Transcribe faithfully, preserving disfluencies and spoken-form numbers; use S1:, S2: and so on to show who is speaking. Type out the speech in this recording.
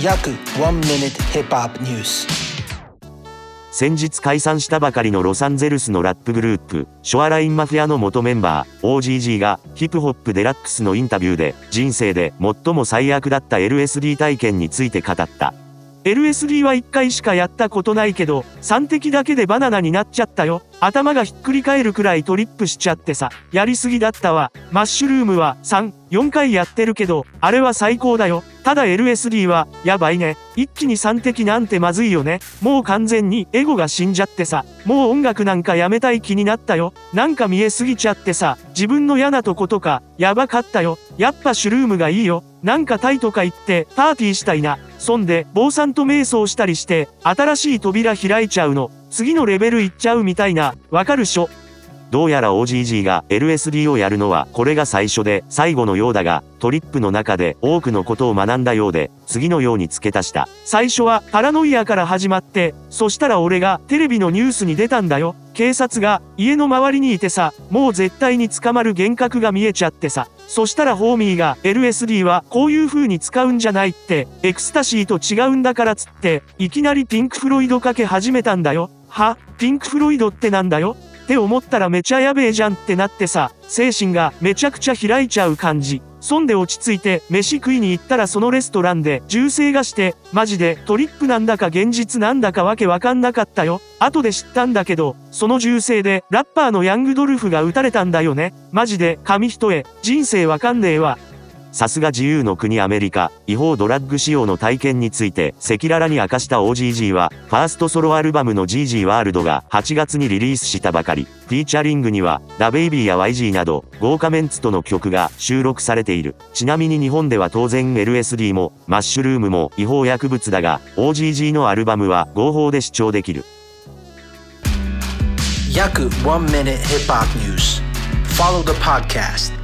S1: 約ワンミニットヒップホップニュース。
S2: 先日解散したばかりのロサンゼルスのラップグループ、ショアラインマフィアの元メンバー、オージージー が、ヒップホップデラックスのインタビューで、人生で最も最悪だった エルエスディー 体験について語った。エルエスディー はいっかいしかやったことないけど、さん滴だけでバナナになっちゃったよ。頭がひっくり返るくらいトリップしちゃってさ、やりすぎだったわ。マッシュルームはさん、よんかいやってるけど、あれは最高だよ。ただ エルエスディー は、やばいね。一気にさん滴なんてまずいよね。もう完全にエゴが死んじゃってさ、もう音楽なんかやめたい気になったよ。なんか見えすぎちゃってさ、自分の嫌なとことか、やばかったよ。やっぱシュルームがいいよ。なんかタイとか行って、パーティーしたいな。そんで、坊さんと瞑想したりして、新しい扉開いちゃうの。次のレベル行っちゃうみたいな、わかるっしょ。どうやら オージージー が エルエスディー をやるのはこれが最初で最後のようだが、トリップの中で多くのことを学んだようで、次のように付け足した。最初はパラノイアから始まって、そしたら俺がテレビのニュースに出たんだよ。警察が家の周りにいてさ、もう絶対に捕まる幻覚が見えちゃってさ、そしたらホーミーが エルエスディー はこういう風に使うんじゃないって、エクスタシーと違うんだからつって、いきなりピンクフロイドかけ始めたんだよ。は？ピンクフロイドってなんだよって思ったらめちゃやべえじゃんってなってさ、精神がめちゃくちゃ開いちゃう感じ。そんで落ち着いて飯食いに行ったらそのレストランで銃声がして、マジでトリップなんだか現実なんだかわけわかんなかったよ。後で知ったんだけど、その銃声でラッパーのヤングドルフが撃たれたんだよね。マジで紙一重、人生わかんねえわ。さすが自由の国アメリカ、違法ドラッグ使用の体験について赤裸々に明かした オージージー は、ファーストソロアルバムの ジージー ワールドがはちがつにリリースしたばかり、フィーチャリングには、ダベイビーや ワイジー など、豪華メンツとの曲が収録されている。ちなみに日本では当然 エルエスディー も、マッシュルームも違法薬物だが、オージージー のアルバムは合法で視聴できる。
S1: 約ワンミニットヒップホップニュース。Follow the podcast